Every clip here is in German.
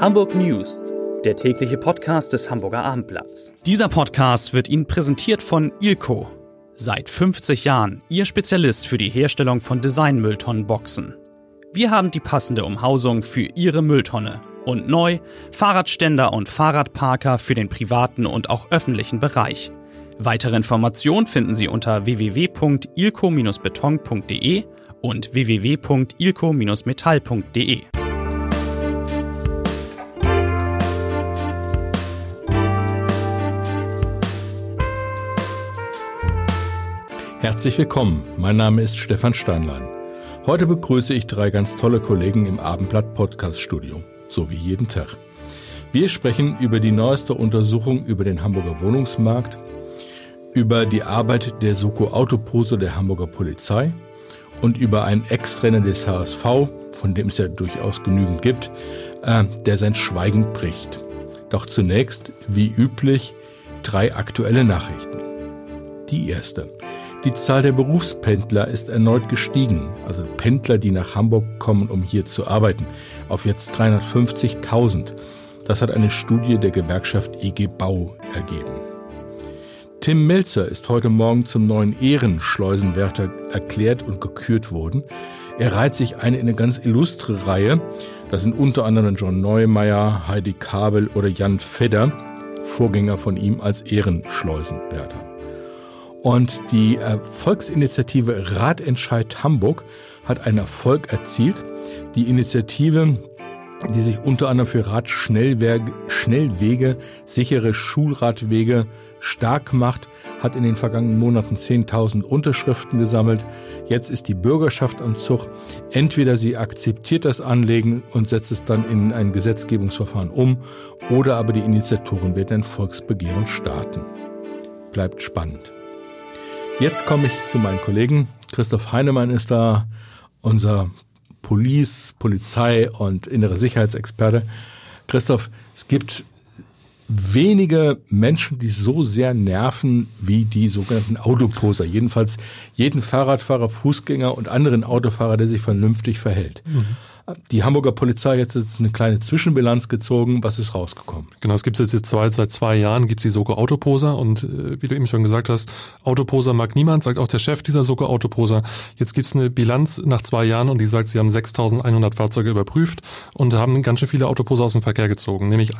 Hamburg News, der tägliche Podcast des Hamburger Abendblatts. Dieser Podcast wird Ihnen präsentiert von Ilco. Seit 50 Jahren Ihr Spezialist für die Herstellung von Design-Mülltonnenboxen. Wir haben die passende Umhausung für Ihre Mülltonne. Und neu Fahrradständer und Fahrradparker für den privaten und auch öffentlichen Bereich. Weitere Informationen finden Sie unter www.ilco-beton.de und www.ilco-metall.de. Herzlich willkommen, mein Name ist Stefan Steinlein. Heute begrüße ich 3 ganz tolle Kollegen im Abendblatt-Podcast-Studio, so wie jeden Tag. Wir sprechen über die neueste Untersuchung über den Hamburger Wohnungsmarkt, über die Arbeit der Soko Autopose der Hamburger Polizei und über einen Ex-Trainer des HSV, von dem es ja durchaus genügend gibt, der sein Schweigen bricht. Doch zunächst, wie üblich, 3 aktuelle Nachrichten. Die erste. Die Zahl der Berufspendler ist erneut gestiegen, also Pendler, die nach Hamburg kommen, um hier zu arbeiten, auf jetzt 350.000. Das hat eine Studie der Gewerkschaft IG Bau ergeben. Tim Melzer ist heute Morgen zum neuen Ehrenschleusenwärter erklärt und gekürt worden. Er reiht sich ein in eine ganz illustre Reihe. Das sind unter anderem John Neumeier, Heidi Kabel oder Jan Fedder, Vorgänger von ihm als Ehrenschleusenwärter. Und die Volksinitiative Radentscheid Hamburg hat einen Erfolg erzielt. Die Initiative, die sich unter anderem für Radschnellwege, sichere Schulradwege stark macht, hat in den vergangenen Monaten 10.000 Unterschriften gesammelt. Jetzt ist die Bürgerschaft am Zug. Entweder sie akzeptiert das Anliegen und setzt es dann in ein Gesetzgebungsverfahren um, oder aber die Initiatoren werden ein Volksbegehren starten. Bleibt spannend. Jetzt komme ich zu meinen Kollegen. Christoph Heinemann ist da, unser Polizei- und innere Sicherheitsexperte. Christoph, es gibt wenige Menschen, die so sehr nerven wie die sogenannten Autoposer. Jedenfalls jeden Fahrradfahrer, Fußgänger und anderen Autofahrer, der sich vernünftig verhält. Mhm. Die Hamburger Polizei hat jetzt eine kleine Zwischenbilanz gezogen. Was ist rausgekommen? Genau, es gibt jetzt seit 2 Jahren gibt es die Soko Autoposer und wie du eben schon gesagt hast, Autoposer mag niemand, sagt auch der Chef dieser Soko Autoposer. Jetzt gibt es eine Bilanz nach 2 Jahren und die sagt, sie haben 6.100 Fahrzeuge überprüft und haben ganz schön viele Autoposer aus dem Verkehr gezogen, nämlich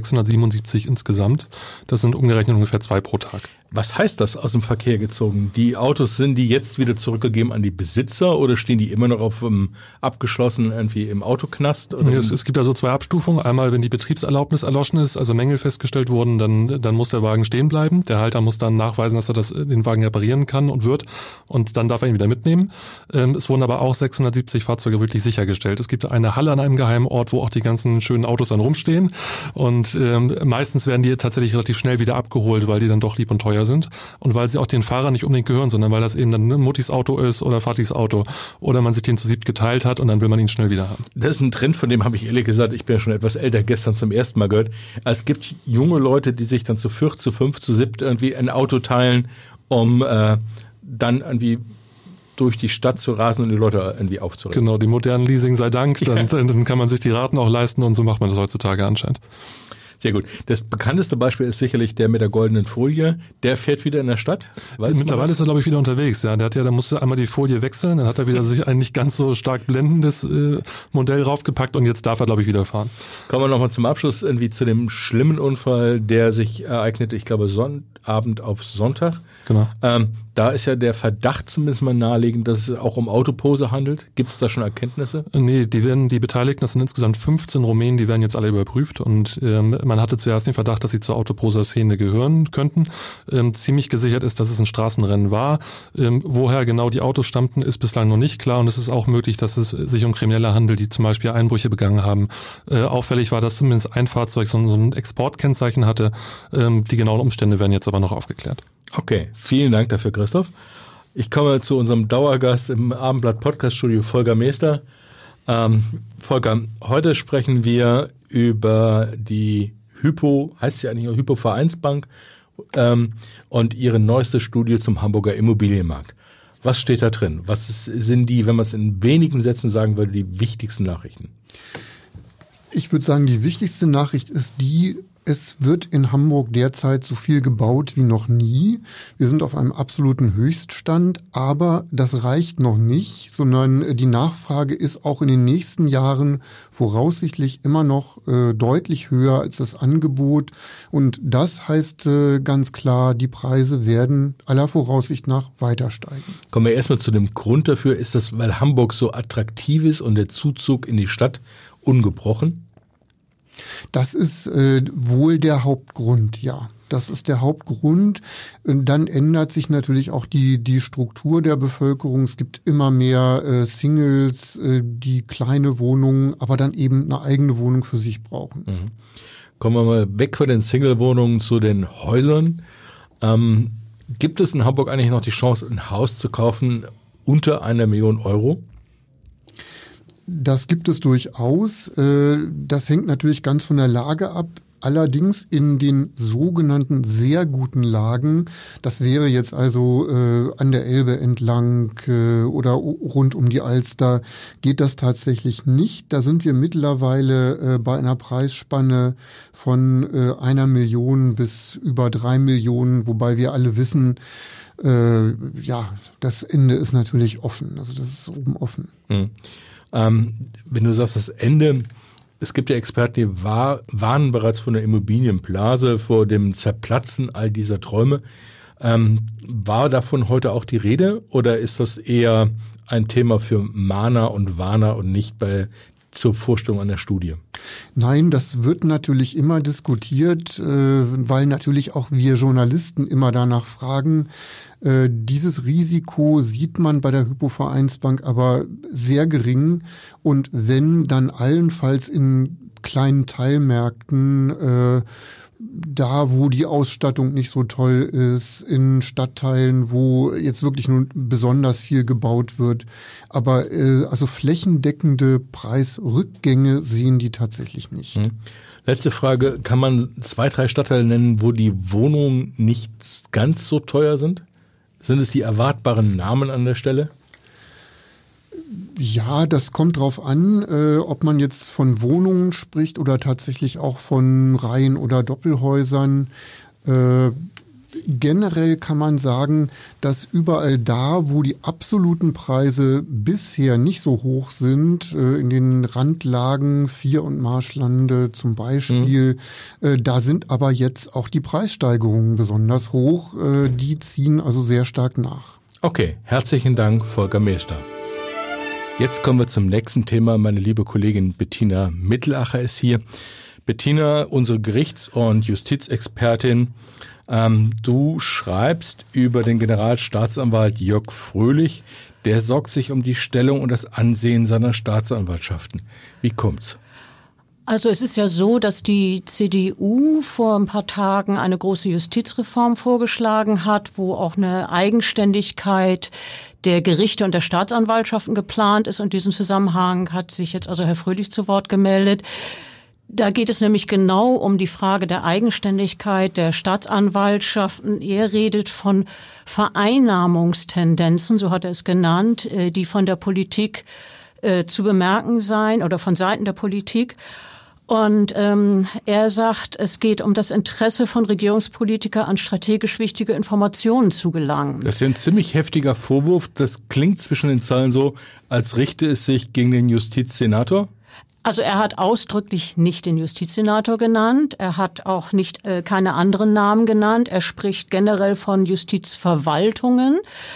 1.677 insgesamt. Das sind umgerechnet ungefähr 2 pro Tag. Was heißt das, aus dem Verkehr gezogen? Die Autos, sind die jetzt wieder zurückgegeben an die Besitzer oder stehen die immer noch auf abgeschlossen irgendwie im Autoknast? Oder es gibt also 2 Abstufungen. Einmal, wenn die Betriebserlaubnis erloschen ist, also Mängel festgestellt wurden, dann muss der Wagen stehen bleiben. Der Halter muss dann nachweisen, dass er den Wagen reparieren kann und wird, und dann darf er ihn wieder mitnehmen. Es wurden aber auch 670 Fahrzeuge wirklich sichergestellt. Es gibt eine Halle an einem geheimen Ort, wo auch die ganzen schönen Autos dann rumstehen, und meistens werden die tatsächlich relativ schnell wieder abgeholt, weil die dann doch lieb und teuer sind und weil sie auch den Fahrern nicht unbedingt gehören, sondern weil das eben dann Muttis Auto ist oder Vatis Auto oder man sich den zu 7 geteilt hat und dann will man ihn schnell wieder haben. Das ist ein Trend, von dem habe ich ehrlich gesagt, ich bin ja schon etwas älter, gestern zum ersten Mal gehört. Es gibt junge Leute, die sich dann zu 4, zu 5, zu 7 irgendwie ein Auto teilen, um dann irgendwie durch die Stadt zu rasen und die Leute irgendwie aufzuregen. Genau, die modernen Leasing sei Dank, dann kann man sich die Raten auch leisten und so macht man das heutzutage anscheinend. Sehr gut. Das bekannteste Beispiel ist sicherlich der mit der goldenen Folie. Der fährt wieder in der Stadt. Mittlerweile ist er, glaube ich, wieder unterwegs. Ja, da musste einmal die Folie wechseln. Dann hat er wieder sich ein nicht ganz so stark blendendes Modell raufgepackt und jetzt darf er, glaube ich, wieder fahren. Kommen wir nochmal zum Abschluss irgendwie zu dem schlimmen Unfall, der sich ereignete, ich glaube, Sonnabend auf Sonntag. Genau. Da ist ja der Verdacht zumindest mal naheliegend, dass es auch um Autopose handelt. Gibt es da schon Erkenntnisse? Nee, die Beteiligten, das sind insgesamt 15 Rumänen, die werden jetzt alle überprüft und man hatte zuerst den Verdacht, dass sie zur Autoposer-Szene gehören könnten. Ziemlich gesichert ist, dass es ein Straßenrennen war. Woher genau die Autos stammten, ist bislang noch nicht klar und es ist auch möglich, dass es sich um Kriminelle handelt, die zum Beispiel Einbrüche begangen haben. Auffällig war, dass zumindest ein Fahrzeug so ein Exportkennzeichen hatte. Die genauen Umstände werden jetzt aber noch aufgeklärt. Okay, vielen Dank dafür, Christoph. Ich komme zu unserem Dauergast im Abendblatt-Podcast-Studio, Volker Meester. Volker, heute sprechen wir über die heißt ja eigentlich auch Hypo-Vereinsbank, und ihre neueste Studie zum Hamburger Immobilienmarkt. Was steht da drin? Was sind die, wenn man es in wenigen Sätzen sagen würde, die wichtigsten Nachrichten? Ich würde sagen, die wichtigste Nachricht ist es wird in Hamburg derzeit so viel gebaut wie noch nie. Wir sind auf einem absoluten Höchststand, aber das reicht noch nicht, sondern die Nachfrage ist auch in den nächsten Jahren voraussichtlich immer noch deutlich höher als das Angebot. Und das heißt ganz klar, die Preise werden aller Voraussicht nach weiter steigen. Kommen wir erstmal zu dem Grund dafür. Ist das, weil Hamburg so attraktiv ist und der Zuzug in die Stadt ungebrochen? Das ist wohl der Hauptgrund, ja. Das ist der Hauptgrund. Dann ändert sich natürlich auch die Struktur der Bevölkerung. Es gibt immer mehr Singles, die kleine Wohnungen, aber dann eben eine eigene Wohnung für sich brauchen. Mhm. Kommen wir mal weg von den Single-Wohnungen zu den Häusern. Gibt es in Hamburg eigentlich noch die Chance, ein Haus zu kaufen unter 1 Million Euro? Das gibt es durchaus. Das hängt natürlich ganz von der Lage ab. Allerdings in den sogenannten sehr guten Lagen, das wäre jetzt also an der Elbe entlang oder rund um die Alster, geht das tatsächlich nicht. Da sind wir mittlerweile bei einer Preisspanne von 1 Million bis über 3 Millionen, wobei wir alle wissen, das Ende ist natürlich offen. Also das ist oben offen. Mhm. Wenn du sagst, das Ende, es gibt ja Experten, die warnen bereits von der Immobilienblase, vor dem Zerplatzen all dieser Träume. War davon heute auch die Rede oder ist das eher ein Thema für Mahner und Warner und nicht zur Vorstellung einer Studie? Nein, das wird natürlich immer diskutiert, weil natürlich auch wir Journalisten immer danach fragen. Dieses Risiko sieht man bei der Hypo-Vereinsbank aber sehr gering und wenn dann allenfalls in kleinen Teilmärkten, da wo die Ausstattung nicht so toll ist, in Stadtteilen, wo jetzt wirklich nur besonders viel gebaut wird, aber also flächendeckende Preisrückgänge sehen die tatsächlich nicht. Letzte Frage, kann man 2, 3 Stadtteile nennen, wo die Wohnungen nicht ganz so teuer sind? Sind es die erwartbaren Namen an der Stelle? Ja, das kommt drauf an, ob man jetzt von Wohnungen spricht oder tatsächlich auch von Reihen- oder Doppelhäusern. Generell kann man sagen, dass überall da, wo die absoluten Preise bisher nicht so hoch sind, in den Randlagen, Vier- und Marschlande zum Beispiel, da sind aber jetzt auch die Preissteigerungen besonders hoch. Die ziehen also sehr stark nach. Okay, herzlichen Dank, Volker Meester. Jetzt kommen wir zum nächsten Thema. Meine liebe Kollegin Bettina Mittelacher ist hier. Bettina, unsere Gerichts- und Justizexpertin. Du schreibst über den Generalstaatsanwalt Jörg Fröhlich. Der sorgt sich um die Stellung und das Ansehen seiner Staatsanwaltschaften. Wie kommt's? Also es ist ja so, dass die CDU vor ein paar Tagen eine große Justizreform vorgeschlagen hat, wo auch eine Eigenständigkeit der Gerichte und der Staatsanwaltschaften geplant ist. Und in diesem Zusammenhang hat sich jetzt also Herr Fröhlich zu Wort gemeldet. Da geht es nämlich genau um die Frage der Eigenständigkeit der Staatsanwaltschaften. Er redet von Vereinnahmungstendenzen, so hat er es genannt, die von der Politik zu bemerken seien oder von Seiten der Politik. Und er sagt, es geht um das Interesse von Regierungspolitikern an strategisch wichtige Informationen zu gelangen. Das ist ja ein ziemlich heftiger Vorwurf. Das klingt zwischen den Zeilen so, als richte es sich gegen den Justizsenator. Also er hat ausdrücklich nicht den Justizsenator genannt. Er hat auch nicht keine anderen Namen genannt. Er spricht generell von Justizverwaltungen.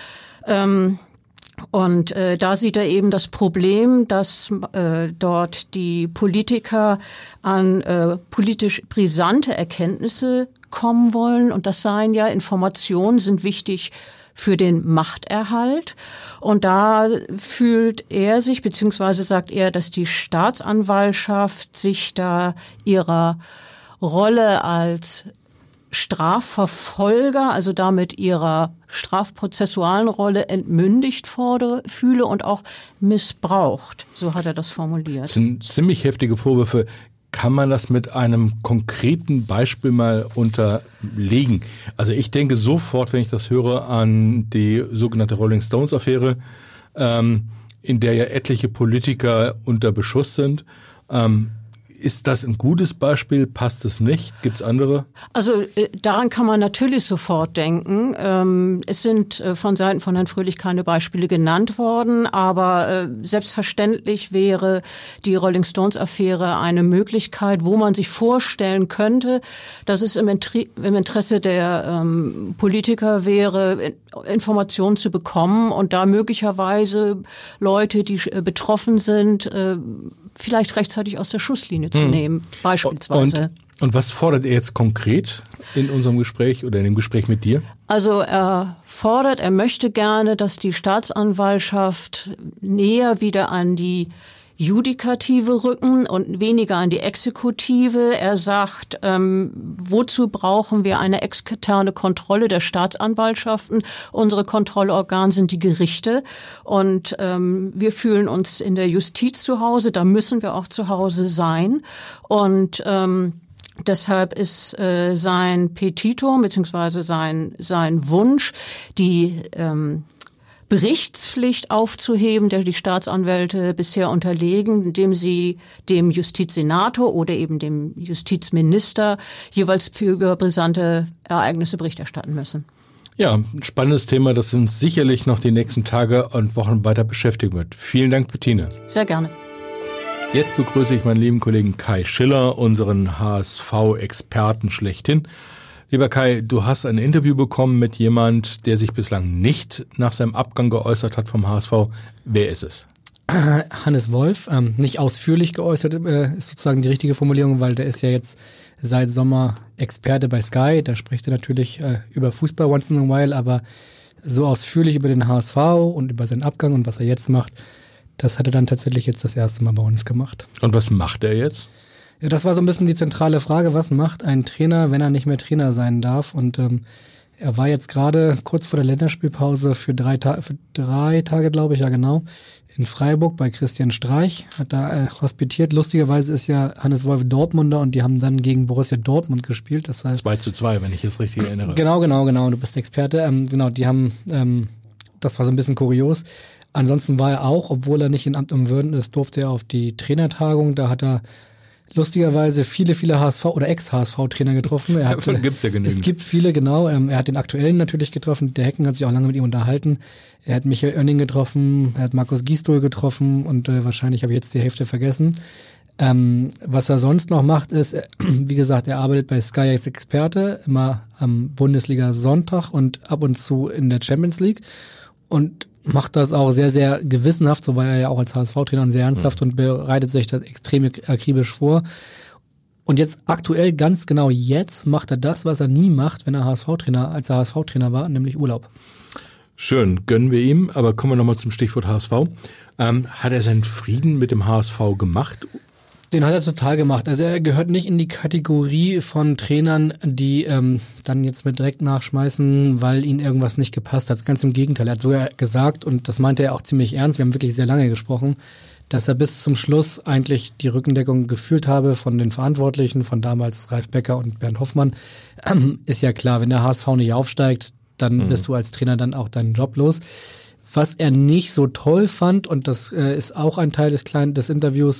Und da sieht er eben das Problem, dass dort die Politiker an politisch brisante Erkenntnisse kommen wollen. Und das seien ja, Informationen sind wichtig für den Machterhalt. Und da fühlt er sich, beziehungsweise sagt er, dass die Staatsanwaltschaft sich da ihrer Rolle als Strafverfolger, also damit ihrer strafprozessualen Rolle entmündigt fühle und auch missbraucht. So hat er das formuliert. Das sind ziemlich heftige Vorwürfe. Kann man das mit einem konkreten Beispiel mal unterlegen? Also ich denke sofort, wenn ich das höre, an die sogenannte Rolling Stones-Affäre, in der ja etliche Politiker unter Beschuss sind. Ist das ein gutes Beispiel? Passt es nicht? Gibt es andere? Also daran kann man natürlich sofort denken. Es sind von Seiten von Herrn Fröhlich keine Beispiele genannt worden, aber selbstverständlich wäre die Rolling Stones-Affäre eine Möglichkeit, wo man sich vorstellen könnte, dass es im Interesse der Politiker wäre, Informationen zu bekommen und da möglicherweise Leute, die betroffen sind, vielleicht rechtzeitig aus der Schusslinie zu nehmen, beispielsweise. Und was fordert er jetzt konkret in unserem Gespräch oder in dem Gespräch mit dir? Also er möchte gerne, dass die Staatsanwaltschaft näher wieder an die Judikative rücken und weniger an die Exekutive. Er sagt, wozu brauchen wir eine externe Kontrolle der Staatsanwaltschaften? Unsere Kontrollorgan sind die Gerichte und wir fühlen uns in der Justiz zu Hause, da müssen wir auch zu Hause sein und deshalb ist sein Petitum bzw. sein Wunsch, die Berichtspflicht aufzuheben, der die Staatsanwälte bisher unterlegen, indem sie dem Justizsenator oder eben dem Justizminister jeweils über brisante Ereignisse Bericht erstatten müssen. Ja, ein spannendes Thema, das uns sicherlich noch die nächsten Tage und Wochen weiter beschäftigen wird. Vielen Dank, Bettine. Sehr gerne. Jetzt begrüße ich meinen lieben Kollegen Kai Schiller, unseren HSV-Experten schlechthin. Lieber Kai, du hast ein Interview bekommen mit jemand, der sich bislang nicht nach seinem Abgang geäußert hat vom HSV. Wer ist es? Hannes Wolf, nicht ausführlich geäußert, ist sozusagen die richtige Formulierung, weil der ist ja jetzt seit Sommer Experte bei Sky. Da spricht er natürlich über Fußball once in a while, aber so ausführlich über den HSV und über seinen Abgang und was er jetzt macht, das hat er dann tatsächlich jetzt das erste Mal bei uns gemacht. Und was macht er jetzt? Ja, das war so ein bisschen die zentrale Frage, was macht ein Trainer, wenn er nicht mehr Trainer sein darf? Und er war jetzt gerade kurz vor der Länderspielpause für drei Tage, glaube ich, ja genau, in Freiburg bei Christian Streich, hat da hospitiert. Lustigerweise ist ja Hannes Wolf Dortmunder und die haben dann gegen Borussia Dortmund gespielt. Das heißt 2:2, wenn ich es richtig erinnere. Genau, du bist Experte. Genau, die haben, das war so ein bisschen kurios. Ansonsten war er auch, obwohl er nicht in Amt und Würden ist, durfte er auf die Trainertagung. Da hat er lustigerweise viele HSV- oder Ex-HSV-Trainer getroffen. Davon gibt's ja genügend. Es gibt viele, genau. Er hat den aktuellen natürlich getroffen. Der Hecken hat sich auch lange mit ihm unterhalten. Er hat Michael Oenning getroffen, er hat Markus Gisdol getroffen und wahrscheinlich habe ich jetzt die Hälfte vergessen. Was er sonst noch macht, ist, wie gesagt, er arbeitet bei Sky als Experte, immer am Bundesliga-Sonntag und ab und zu in der Champions League und macht das auch sehr, sehr gewissenhaft, so war er ja auch als HSV-Trainer sehr ernsthaft und bereitet sich das extrem akribisch vor. Und jetzt aktuell, ganz genau jetzt, macht er das, was er nie macht, wenn er als er HSV-Trainer war, nämlich Urlaub. Schön, gönnen wir ihm, aber kommen wir nochmal zum Stichwort HSV. Hat er seinen Frieden mit dem HSV gemacht? Den hat er total gemacht. Also er gehört nicht in die Kategorie von Trainern, die dann jetzt mit direkt nachschmeißen, weil ihnen irgendwas nicht gepasst hat. Ganz im Gegenteil. Er hat sogar gesagt, und das meinte er auch ziemlich ernst, wir haben wirklich sehr lange gesprochen, dass er bis zum Schluss eigentlich die Rückendeckung gefühlt habe von den Verantwortlichen, von damals Ralf Becker und Bernd Hoffmann. Ist ja klar, wenn der HSV nicht aufsteigt, dann bist du als Trainer dann auch deinen Job los. Was er nicht so toll fand, und das ist auch ein Teil des Interviews,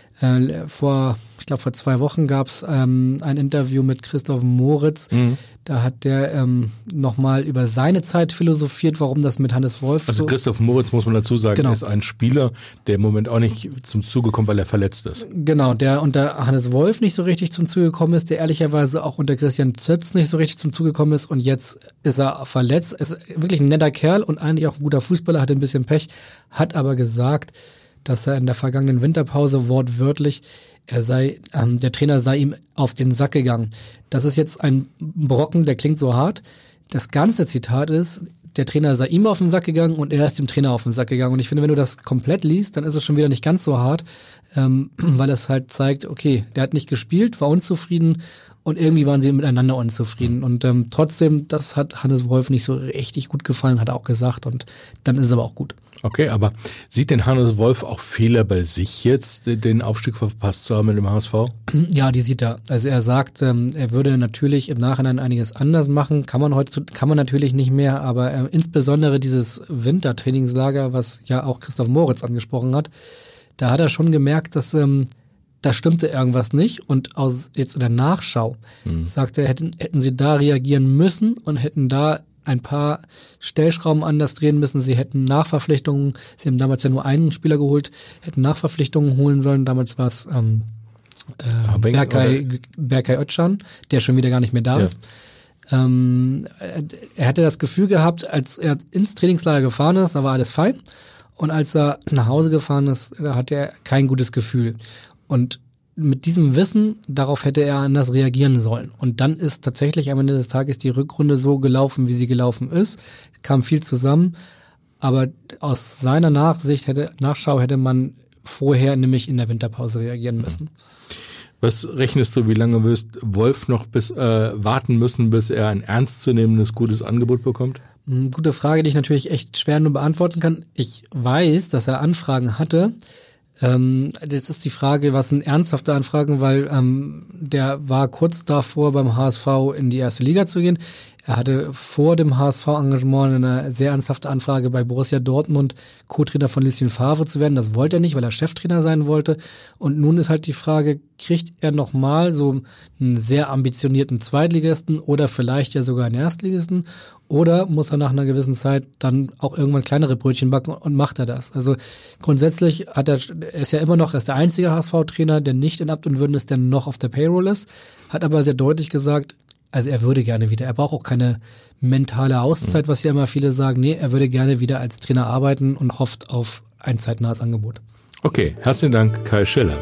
vor 2 Wochen gab es ein Interview mit Christoph Moritz. Da hat der nochmal über seine Zeit philosophiert, warum das mit Hannes Wolf Also Christoph Moritz, muss man dazu sagen, ist ein Spieler, der im Moment auch nicht zum Zuge kommt, weil er verletzt ist. Genau, der unter Hannes Wolf nicht so richtig zum Zuge gekommen ist, der ehrlicherweise auch unter Christian Zitz nicht so richtig zum Zuge gekommen ist und jetzt ist er verletzt. Ist wirklich ein netter Kerl und eigentlich auch ein guter Fußballer, hatte ein bisschen Pech, hat aber gesagt, dass er in der vergangenen Winterpause wortwörtlich, der Trainer sei ihm auf den Sack gegangen. Das ist jetzt ein Brocken, der klingt so hart. Das ganze Zitat ist, der Trainer sei ihm auf den Sack gegangen und er ist dem Trainer auf den Sack gegangen. Und ich finde, wenn du das komplett liest, dann ist es schon wieder nicht ganz so hart, weil es halt zeigt, okay, der hat nicht gespielt, war unzufrieden und irgendwie waren sie miteinander unzufrieden. Und trotzdem, das hat Hannes Wolf nicht so richtig gut gefallen, hat er auch gesagt. Und dann ist es aber auch gut. Okay, aber sieht denn Hannes Wolf auch Fehler bei sich jetzt, den Aufstieg verpasst zu haben mit dem HSV? Ja, die sieht er. Also er sagt, er würde natürlich im Nachhinein einiges anders machen. Kann man natürlich nicht mehr, aber insbesondere dieses Wintertrainingslager, was ja auch Christoph Moritz angesprochen hat, da hat er schon gemerkt, dass da stimmte irgendwas nicht. Und jetzt in der Nachschau sagt er, hätten sie da reagieren müssen und hätten da ein paar Stellschrauben anders drehen müssen. Sie hätten Nachverpflichtungen, sie haben damals ja nur einen Spieler geholt, hätten Nachverpflichtungen holen sollen. Damals war es Berkay Özcan, der schon wieder gar nicht mehr da ist. Er hatte das Gefühl gehabt, als er ins Trainingslager gefahren ist, da war alles fein. Und als er nach Hause gefahren ist, da hatte er kein gutes Gefühl. Und mit diesem Wissen, darauf hätte er anders reagieren sollen. Und dann ist tatsächlich am Ende des Tages die Rückrunde so gelaufen, wie sie gelaufen ist. Kam viel zusammen. Aber aus seiner Nachschau hätte man vorher nämlich in der Winterpause reagieren müssen. Was rechnest du, wie lange wirst Wolf noch warten müssen, bis er ein ernstzunehmendes, gutes Angebot bekommt? Gute Frage, die ich natürlich echt schwer nur beantworten kann. Ich weiß, dass er Anfragen hatte. Jetzt ist die Frage, was sind ernsthafte Anfragen, weil der war kurz davor, beim HSV in die erste Liga zu gehen. Er hatte vor dem HSV-Engagement eine sehr ernsthafte Anfrage bei Borussia Dortmund, Co-Trainer von Lucien Favre zu werden. Das wollte er nicht, weil er Cheftrainer sein wollte. Und nun ist halt die Frage, kriegt er nochmal so einen sehr ambitionierten Zweitligisten oder vielleicht ja sogar einen Erstligisten? Oder muss er nach einer gewissen Zeit dann auch irgendwann kleinere Brötchen backen und macht er das? Also grundsätzlich er ist ja immer noch, er ist der einzige HSV-Trainer, der nicht in Amt und Würden ist, der noch auf der Payroll ist, hat aber sehr deutlich gesagt, also er würde gerne wieder, er braucht auch keine mentale Auszeit, was ja immer viele sagen, nee, er würde gerne wieder als Trainer arbeiten und hofft auf ein zeitnahes Angebot. Okay, herzlichen Dank, Kai Schiller.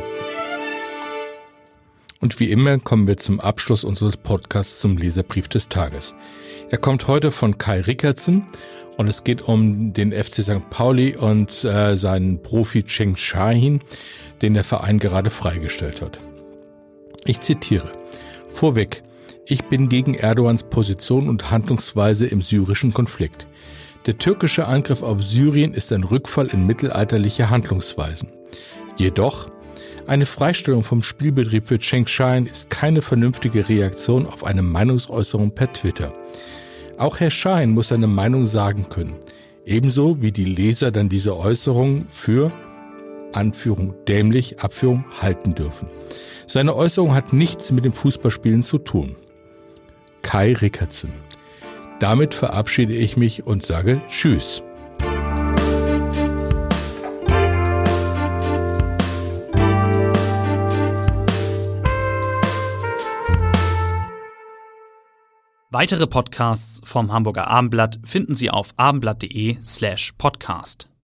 Und wie immer kommen wir zum Abschluss unseres Podcasts zum Leserbrief des Tages. Er kommt heute von Kai Rickertsen und es geht um den FC St. Pauli und seinen Profi Cenk Şahin, den der Verein gerade freigestellt hat. Ich zitiere: Vorweg, ich bin gegen Erdogans Position und Handlungsweise im syrischen Konflikt. Der türkische Angriff auf Syrien ist ein Rückfall in mittelalterliche Handlungsweisen. Jedoch, eine Freistellung vom Spielbetrieb für Cenk Şahin ist keine vernünftige Reaktion auf eine Meinungsäußerung per Twitter. Auch Herr Şahin muss seine Meinung sagen können. Ebenso wie die Leser dann diese Äußerung für, Anführung dämlich, Abführung, halten dürfen. Seine Äußerung hat nichts mit dem Fußballspielen zu tun. Kai Rickertsen. Damit verabschiede ich mich und sage Tschüss. Weitere Podcasts vom Hamburger Abendblatt finden Sie auf abendblatt.de/podcast.